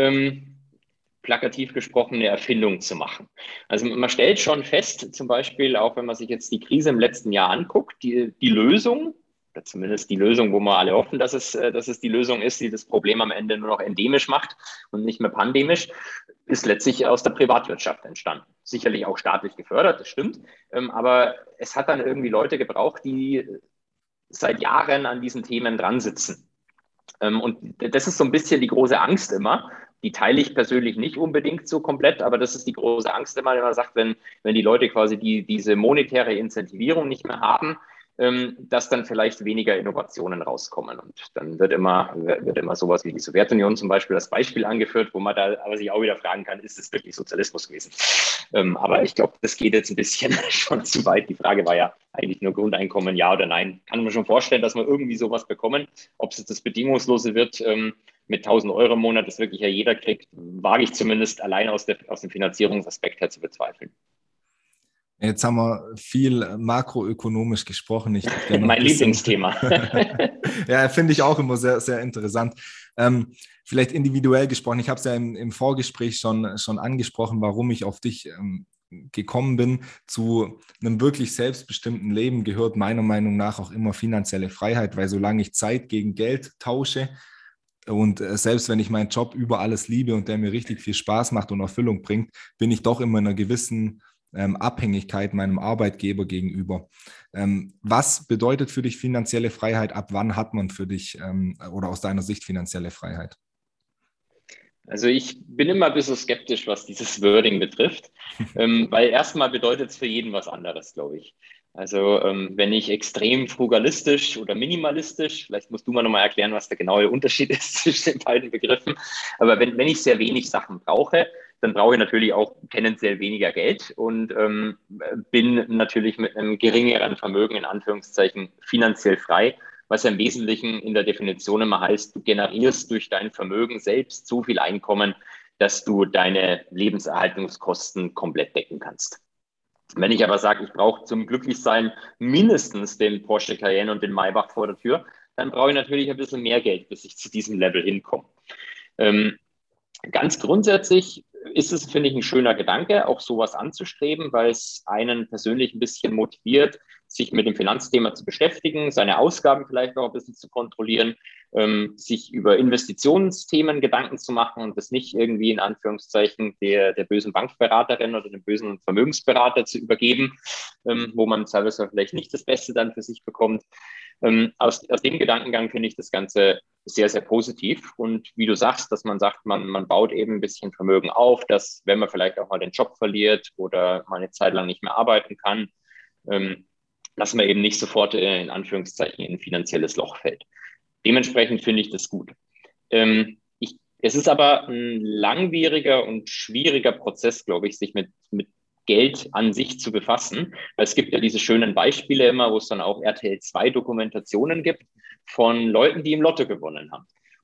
plakativ gesprochen eine Erfindung zu machen. Also man stellt schon fest, zum Beispiel auch wenn man sich jetzt die Krise im letzten Jahr anguckt, die Lösung, oder zumindest die Lösung, wo wir alle hoffen, dass es die Lösung ist, die das Problem am Ende nur noch endemisch macht und nicht mehr pandemisch, ist letztlich aus der Privatwirtschaft entstanden. Sicherlich auch staatlich gefördert, das stimmt. Aber es hat dann irgendwie Leute gebraucht, die seit Jahren an diesen Themen dran sitzen. Und das ist so ein bisschen die große Angst immer. Die teile ich persönlich nicht unbedingt so komplett, aber das ist die große Angst immer, wenn man sagt, wenn die Leute quasi diese monetäre Incentivierung nicht mehr haben, dass dann vielleicht weniger Innovationen rauskommen. Und dann wird immer sowas wie die Sowjetunion zum Beispiel als Beispiel angeführt, wo man da aber sich auch wieder fragen kann, ist es wirklich Sozialismus gewesen? Aber ich glaube, das geht jetzt ein bisschen schon zu weit. Die Frage war ja eigentlich nur Grundeinkommen, ja oder nein. Kann man schon vorstellen, dass wir irgendwie sowas bekommen. Ob es jetzt das Bedingungslose wird, mit 1.000 Euro im Monat, das wirklich ja jeder kriegt, wage ich zumindest allein aus dem Finanzierungsaspekt her zu bezweifeln. Jetzt haben wir viel makroökonomisch gesprochen. Ich würde gerne noch mein Lieblingsthema. Ja, finde ich auch immer sehr, sehr interessant. Vielleicht individuell gesprochen. Ich habe es ja im Vorgespräch schon angesprochen, warum ich auf dich gekommen bin. Zu einem wirklich selbstbestimmten Leben gehört meiner Meinung nach auch immer finanzielle Freiheit, weil solange ich Zeit gegen Geld tausche und selbst wenn ich meinen Job über alles liebe und der mir richtig viel Spaß macht und Erfüllung bringt, bin ich doch immer in einer gewissen Abhängigkeit meinem Arbeitgeber gegenüber. Was bedeutet für dich finanzielle Freiheit? Ab wann hat man für dich oder aus deiner Sicht finanzielle Freiheit? Also ich bin immer ein bisschen skeptisch, was dieses Wording betrifft, weil erstmal bedeutet es für jeden was anderes, glaube ich. Also wenn ich extrem frugalistisch oder minimalistisch, vielleicht musst du mal nochmal erklären, was der genaue Unterschied ist zwischen den beiden Begriffen, aber wenn ich sehr wenig Sachen brauche, dann brauche ich natürlich auch tendenziell weniger Geld und bin natürlich mit einem geringeren Vermögen in Anführungszeichen finanziell frei, was ja im Wesentlichen in der Definition immer heißt, du generierst durch dein Vermögen selbst so viel Einkommen, dass du deine Lebenserhaltungskosten komplett decken kannst. Wenn ich aber sage, ich brauche zum Glücklichsein mindestens den Porsche Cayenne und den Maybach vor der Tür, dann brauche ich natürlich ein bisschen mehr Geld, bis ich zu diesem Level hinkomme. Ganz grundsätzlich ist es, finde ich, ein schöner Gedanke, auch sowas anzustreben, weil es einen persönlich ein bisschen motiviert, sich mit dem Finanzthema zu beschäftigen, seine Ausgaben vielleicht auch ein bisschen zu kontrollieren, sich über Investitionsthemen Gedanken zu machen und das nicht irgendwie in Anführungszeichen der bösen Bankberaterin oder dem bösen Vermögensberater zu übergeben, wo man teilweise vielleicht nicht das Beste dann für sich bekommt. Aus dem Gedankengang finde ich das Ganze sehr, sehr positiv. Und wie du sagst, dass man sagt, man baut eben ein bisschen Vermögen auf, dass wenn man vielleicht auch mal den Job verliert oder mal eine Zeit lang nicht mehr arbeiten kann, dass man eben nicht sofort in Anführungszeichen in ein finanzielles Loch fällt. Dementsprechend finde ich das gut. Es ist aber ein langwieriger und schwieriger Prozess, glaube ich, sich mit Geld an sich zu befassen. Weil es gibt ja diese schönen Beispiele immer, wo es dann auch RTL 2 Dokumentationen gibt von Leuten, die im Lotto gewonnen haben.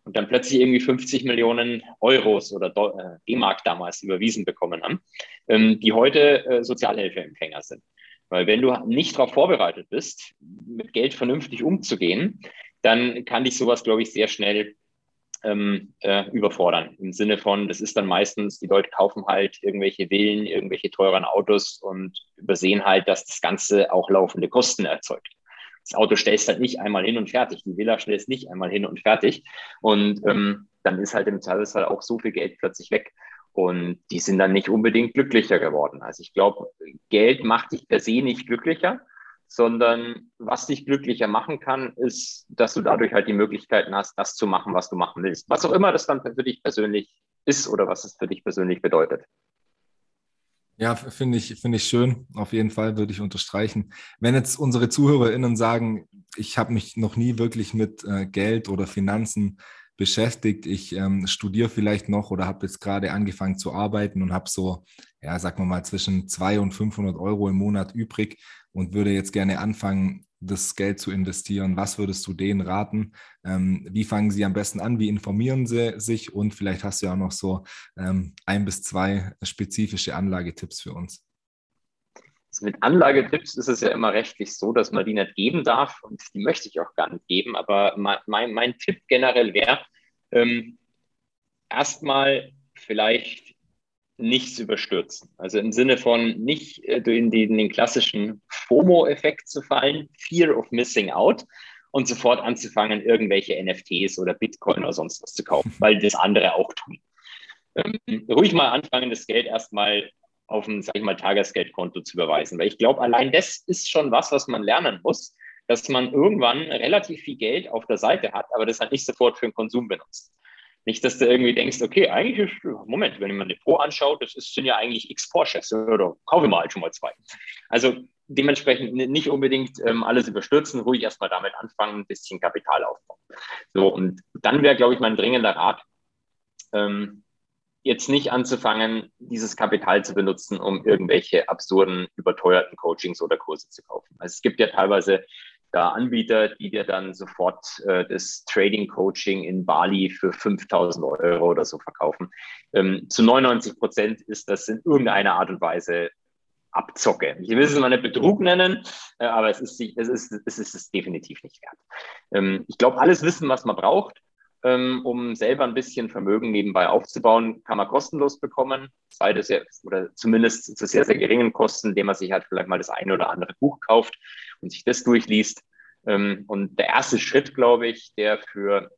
und dann plötzlich irgendwie 50 Millionen Euros oder D-Mark damals überwiesen bekommen haben, die heute Sozialhilfeempfänger sind. Weil wenn du nicht darauf vorbereitet bist, mit Geld vernünftig umzugehen, dann kann dich sowas, glaube ich, sehr schnell überfordern. Im Sinne von, das ist dann meistens, die Leute kaufen halt irgendwelche Villen, irgendwelche teuren Autos und übersehen halt, dass das Ganze auch laufende Kosten erzeugt. Das Auto stellst halt nicht einmal hin und fertig. Die Villa stellst nicht einmal hin und fertig. Und dann ist halt im Zweifelsfall auch so viel Geld plötzlich weg. Und die sind dann nicht unbedingt glücklicher geworden. Also ich glaube, Geld macht dich per se nicht glücklicher, sondern was dich glücklicher machen kann, ist, dass du dadurch halt die Möglichkeiten hast, das zu machen, was du machen willst. Was auch immer das dann für dich persönlich ist oder was es für dich persönlich bedeutet. Ja, finde ich schön. Auf jeden Fall würde ich unterstreichen. Wenn jetzt unsere ZuhörerInnen sagen, ich habe mich noch nie wirklich mit Geld oder Finanzen beschäftigt, ich studiere vielleicht noch oder habe jetzt gerade angefangen zu arbeiten und habe so, ja, sagen wir mal, zwischen 200 und 500 Euro im Monat übrig und würde jetzt gerne anfangen, das Geld zu investieren. Was würdest du denen raten? Wie fangen sie am besten an? Wie informieren sie sich? Und vielleicht hast du ja auch noch so 1 bis 2 spezifische Anlagetipps für uns. Mit Anlagetipps ist es ja immer rechtlich so, dass man die nicht geben darf und die möchte ich auch gar nicht geben. Aber mein Tipp generell wäre, erstmal vielleicht nichts überstürzen. Also im Sinne von nicht in den klassischen FOMO-Effekt zu fallen, Fear of Missing Out, und sofort anzufangen, irgendwelche NFTs oder Bitcoin oder sonst was zu kaufen, weil das andere auch tun. Ruhig mal anfangen, das Geld erstmal auf ein, sag ich mal, Tagesgeldkonto zu überweisen. Weil ich glaube, allein das ist schon was man lernen muss, dass man irgendwann relativ viel Geld auf der Seite hat, aber das halt nicht sofort für den Konsum benutzt. Nicht, dass du irgendwie denkst, okay, eigentlich ist, Moment, wenn ich mir ein Depot anschaue, sind ja eigentlich x Porsches, oder kaufe mal halt schon mal 2. Also dementsprechend nicht unbedingt alles überstürzen, ruhig erstmal damit anfangen, ein bisschen Kapital aufbauen. So, und dann wäre, glaube ich, mein dringender Rat, jetzt nicht anzufangen, dieses Kapital zu benutzen, um irgendwelche absurden, überteuerten Coachings oder Kurse zu kaufen. Also es gibt ja teilweise da Anbieter, die dir dann sofort das Trading-Coaching in Bali für 5.000 Euro oder so verkaufen. Zu 99% ist das in irgendeiner Art und Weise Abzocke. Ich will es mal nicht Betrug nennen, aber es ist es definitiv nicht wert. Ich glaube, alles Wissen, was man braucht, um selber ein bisschen Vermögen nebenbei aufzubauen, kann man kostenlos bekommen, sei das ja, oder zumindest zu sehr, sehr geringen Kosten, indem man sich halt vielleicht mal das eine oder andere Buch kauft und sich das durchliest. Und der erste Schritt, glaube ich, der für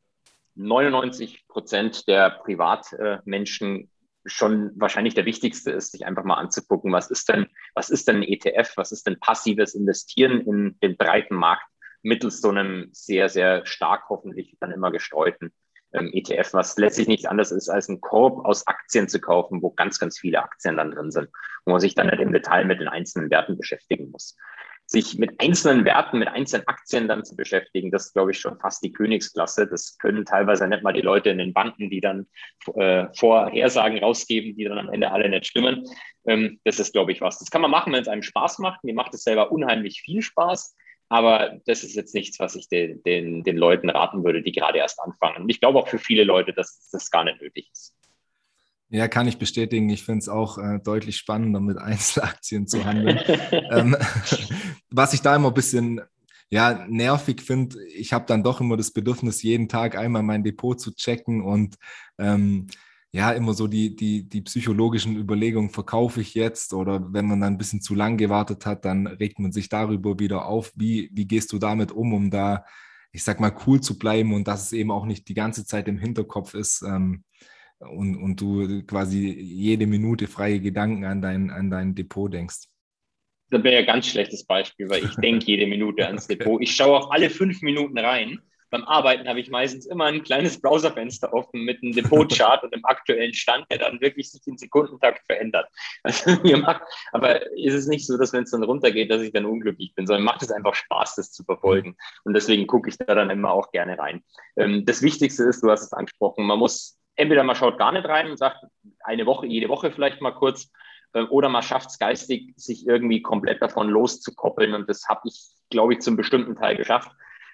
99% der Privatmenschen schon wahrscheinlich der wichtigste ist, sich einfach mal anzugucken, was ist denn ein ETF, was ist denn passives Investieren in den breiten Markt mittels so einem sehr, sehr stark hoffentlich dann immer gestreuten ETF, was letztlich nichts anderes ist, als einen Korb aus Aktien zu kaufen, wo ganz, ganz viele Aktien dann drin sind, wo man sich dann nicht im Detail mit den einzelnen Werten beschäftigen muss. Sich mit einzelnen Werten, mit einzelnen Aktien dann zu beschäftigen, das ist, glaube ich, schon fast die Königsklasse. Das können teilweise nicht mal die Leute in den Banken, die dann Vorhersagen rausgeben, die dann am Ende alle nicht stimmen. Das ist, glaube ich, was. Das kann man machen, wenn es einem Spaß macht. Mir macht es selber unheimlich viel Spaß. Aber das ist jetzt nichts, was ich den Leuten raten würde, die gerade erst anfangen. Und ich glaube auch für viele Leute, dass das gar nicht nötig ist. Ja, kann ich bestätigen. Ich finde es auch deutlich spannender, mit Einzelaktien zu handeln. Was ich da immer ein bisschen nervig finde, ich habe dann doch immer das Bedürfnis, jeden Tag einmal mein Depot zu checken und immer so die psychologischen Überlegungen, verkaufe ich jetzt, oder wenn man dann ein bisschen zu lang gewartet hat, dann regt man sich darüber wieder auf. Wie gehst du damit um da, ich sag mal, cool zu bleiben und dass es eben auch nicht die ganze Zeit im Hinterkopf ist, und du quasi jede Minute freie Gedanken an dein Depot denkst? Das wäre ja ein ganz schlechtes Beispiel, weil ich denke jede Minute ans Depot. Ich schaue auch alle 5 Minuten rein. Beim Arbeiten habe ich meistens immer ein kleines Browserfenster offen mit einem Depotchart und dem aktuellen Stand, der dann wirklich sich in Sekundentakt verändert. Also, aber ist es nicht so, dass wenn es dann runtergeht, dass ich dann unglücklich bin, sondern macht es einfach Spaß, das zu verfolgen. Und deswegen gucke ich da dann immer auch gerne rein. Das Wichtigste ist, du hast es angesprochen, man muss entweder man schaut gar nicht rein und sagt jede Woche vielleicht mal kurz, oder man schafft es geistig, sich irgendwie komplett davon loszukoppeln. Und das habe ich, glaube ich, zum bestimmten Teil geschafft.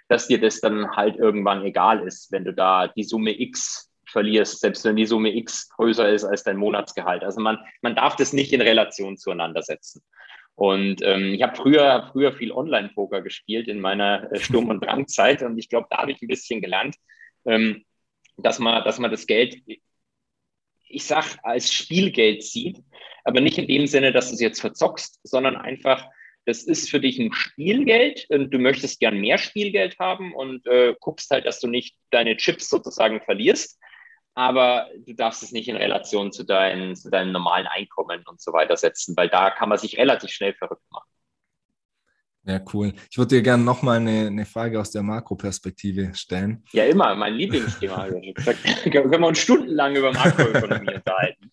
dass dir das dann halt irgendwann egal ist, wenn du da die Summe X verlierst, selbst wenn die Summe X größer ist als dein Monatsgehalt. Also man darf das nicht in Relation zueinander setzen. Und ich habe früher viel Online-Poker gespielt in meiner Sturm- und Drangzeit und ich glaube, da habe ich ein bisschen gelernt, dass man das Geld, ich sag, als Spielgeld sieht, aber nicht in dem Sinne, dass du es jetzt verzockst, sondern einfach, das ist für dich ein Spielgeld und du möchtest gern mehr Spielgeld haben und guckst halt, dass du nicht deine Chips sozusagen verlierst, aber du darfst es nicht in Relation zu deinem normalen Einkommen und so weiter setzen, weil da kann man sich relativ schnell verrückt machen. Ja, cool. Ich würde dir gerne nochmal eine Frage aus der Makroperspektive stellen. Ja, immer, mein Lieblingsthema, habe ich gesagt. Können wir uns stundenlang über Makroökonomie unterhalten.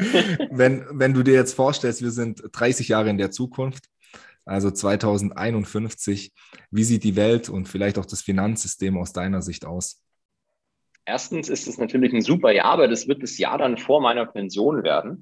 Wenn du dir jetzt vorstellst, wir sind 30 Jahre in der Zukunft, also 2051, wie sieht die Welt und vielleicht auch das Finanzsystem aus deiner Sicht aus? Erstens ist es natürlich ein super Jahr, aber das wird das Jahr dann vor meiner Pension werden.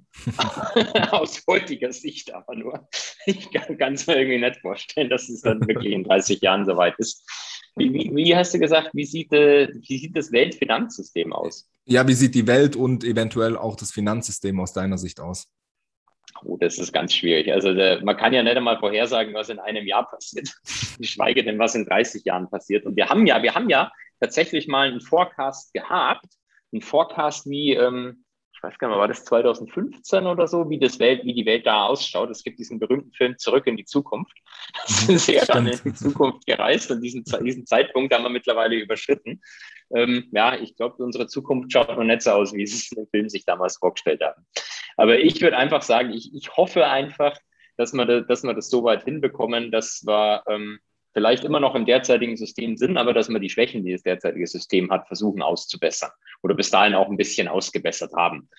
Aus heutiger Sicht aber nur. Ich kann es mir irgendwie nicht vorstellen, dass es dann wirklich in 30 Jahren soweit ist. Wie hast du gesagt, wie sieht das Weltfinanzsystem aus? Ja, wie sieht die Welt und eventuell auch das Finanzsystem aus deiner Sicht aus? Oh, das ist ganz schwierig. Also man kann ja nicht einmal vorhersagen, was in einem Jahr passiert, geschweige denn, was in 30 Jahren passiert. Und wir haben ja tatsächlich mal einen Forecast gehabt, einen Forecast wie, ich weiß gar nicht mehr, war das 2015 oder so, wie die Welt da ausschaut. Es gibt diesen berühmten Film Zurück in die Zukunft. Da sind sie ja dann in die Zukunft gereist und diesen Zeitpunkt haben wir mittlerweile überschritten. Ja, ich glaube, unsere Zukunft schaut noch nicht so aus, wie es im Film sich damals vorgestellt haben. Aber ich würde einfach sagen, ich hoffe einfach, dass wir das so weit hinbekommen, dass wir vielleicht immer noch im derzeitigen System sind, aber dass wir die Schwächen, die das derzeitige System hat, versuchen auszubessern oder bis dahin auch ein bisschen ausgebessert haben.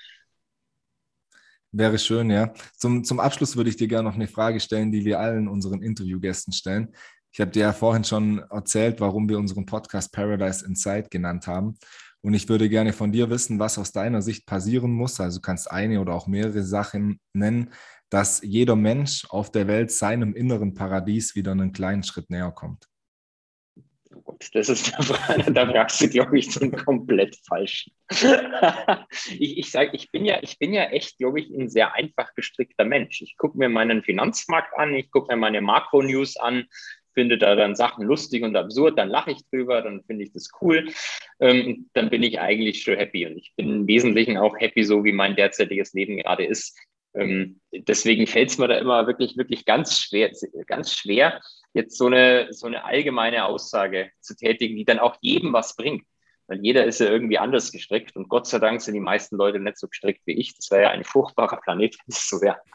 Wäre schön, ja. Zum Abschluss würde ich dir gerne noch eine Frage stellen, die wir allen unseren Interviewgästen stellen. Ich habe dir ja vorhin schon erzählt, warum wir unseren Podcast Paradise Inside genannt haben. Und ich würde gerne von dir wissen, was aus deiner Sicht passieren muss. Also du kannst eine oder auch mehrere Sachen nennen, dass jeder Mensch auf der Welt seinem inneren Paradies wieder einen kleinen Schritt näher kommt. Oh Gott, das ist da fragst du, glaube ich, den komplett falschen. Ich sage, ich bin ja echt, glaube ich, ein sehr einfach gestrickter Mensch. Ich gucke mir meinen Finanzmarkt an, ich gucke mir meine Makro-News an, finde da dann Sachen lustig und absurd, dann lache ich drüber, dann finde ich das cool. Dann bin ich eigentlich schon happy und ich bin im Wesentlichen auch happy, so wie mein derzeitiges Leben gerade ist. Deswegen fällt es mir da immer wirklich, wirklich ganz schwer, jetzt so eine allgemeine Aussage zu tätigen, die dann auch jedem was bringt. Weil jeder ist ja irgendwie anders gestrickt und Gott sei Dank sind die meisten Leute nicht so gestrickt wie ich. Das wäre ja ein furchtbarer Planet, wenn es so wäre.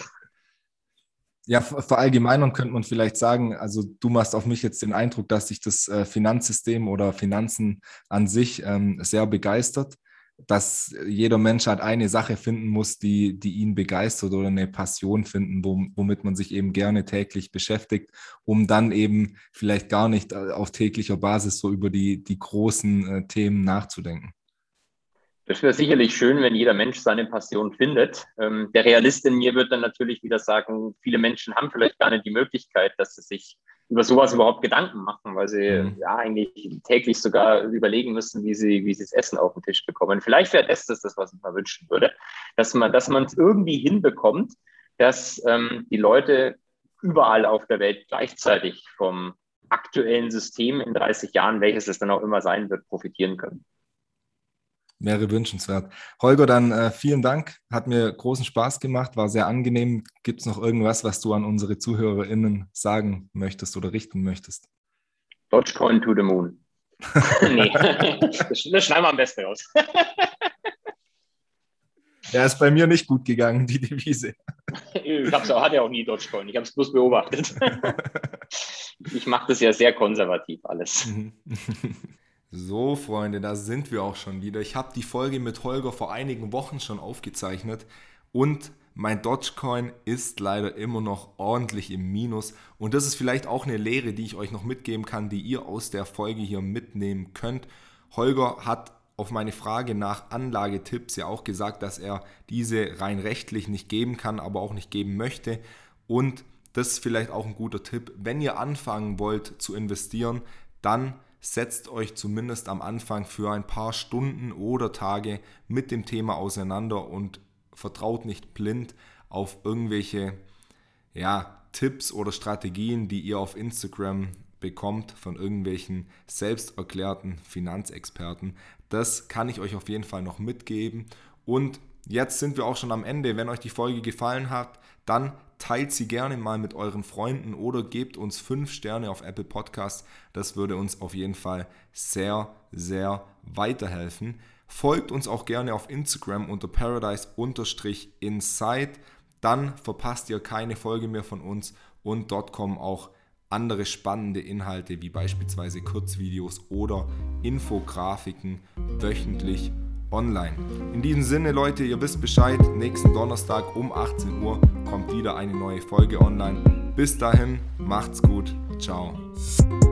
Ja, verallgemeinern könnte man vielleicht sagen, also du machst auf mich jetzt den Eindruck, dass sich das Finanzsystem oder Finanzen an sich sehr begeistert, dass jeder Mensch halt eine Sache finden muss, die ihn begeistert oder eine Passion finden, womit man sich eben gerne täglich beschäftigt, um dann eben vielleicht gar nicht auf täglicher Basis so über die großen Themen nachzudenken. Das wäre sicherlich schön, wenn jeder Mensch seine Passion findet. Der Realist in mir wird dann natürlich wieder sagen, viele Menschen haben vielleicht gar nicht die Möglichkeit, dass sie sich über sowas überhaupt Gedanken machen, weil sie ja eigentlich täglich sogar überlegen müssen, wie sie das Essen auf den Tisch bekommen. Vielleicht wäre das, was ich mir wünschen würde, dass man es irgendwie hinbekommt, dass die Leute überall auf der Welt gleichzeitig vom aktuellen System in 30 Jahren, welches es dann auch immer sein wird, profitieren können. Wäre wünschenswert. Holger, dann vielen Dank. Hat mir großen Spaß gemacht, war sehr angenehm. Gibt es noch irgendwas, was du an unsere ZuhörerInnen sagen möchtest oder richten möchtest? Dogecoin to the moon. Nee, das schneiden wir am besten raus. Ja, ist bei mir nicht gut gegangen, die Devise. Hatte ja auch nie Dogecoin, ich habe es bloß beobachtet. Ich mache das ja sehr konservativ alles. So, Freunde, da sind wir auch schon wieder. Ich habe die Folge mit Holger vor einigen Wochen schon aufgezeichnet und mein Dogecoin ist leider immer noch ordentlich im Minus. Und das ist vielleicht auch eine Lehre, die ich euch noch mitgeben kann, die ihr aus der Folge hier mitnehmen könnt. Holger hat auf meine Frage nach Anlagetipps ja auch gesagt, dass er diese rein rechtlich nicht geben kann, aber auch nicht geben möchte. Und das ist vielleicht auch ein guter Tipp, wenn ihr anfangen wollt zu investieren, dann setzt euch zumindest am Anfang für ein paar Stunden oder Tage mit dem Thema auseinander und vertraut nicht blind auf irgendwelche Tipps oder Strategien, die ihr auf Instagram bekommt von irgendwelchen selbsterklärten Finanzexperten. Das kann ich euch auf jeden Fall noch mitgeben. Und jetzt sind wir auch schon am Ende. Wenn euch die Folge gefallen hat, dann teilt sie gerne mal mit euren Freunden oder gebt uns 5 Sterne auf Apple Podcasts. Das würde uns auf jeden Fall sehr, sehr weiterhelfen. Folgt uns auch gerne auf Instagram unter paradise_inside. Dann verpasst ihr keine Folge mehr von uns und dort kommen auch andere spannende Inhalte wie beispielsweise Kurzvideos oder Infografiken wöchentlich online. In diesem Sinne, Leute, ihr wisst Bescheid, nächsten Donnerstag um 18 Uhr kommt wieder eine neue Folge online. Bis dahin, macht's gut, ciao.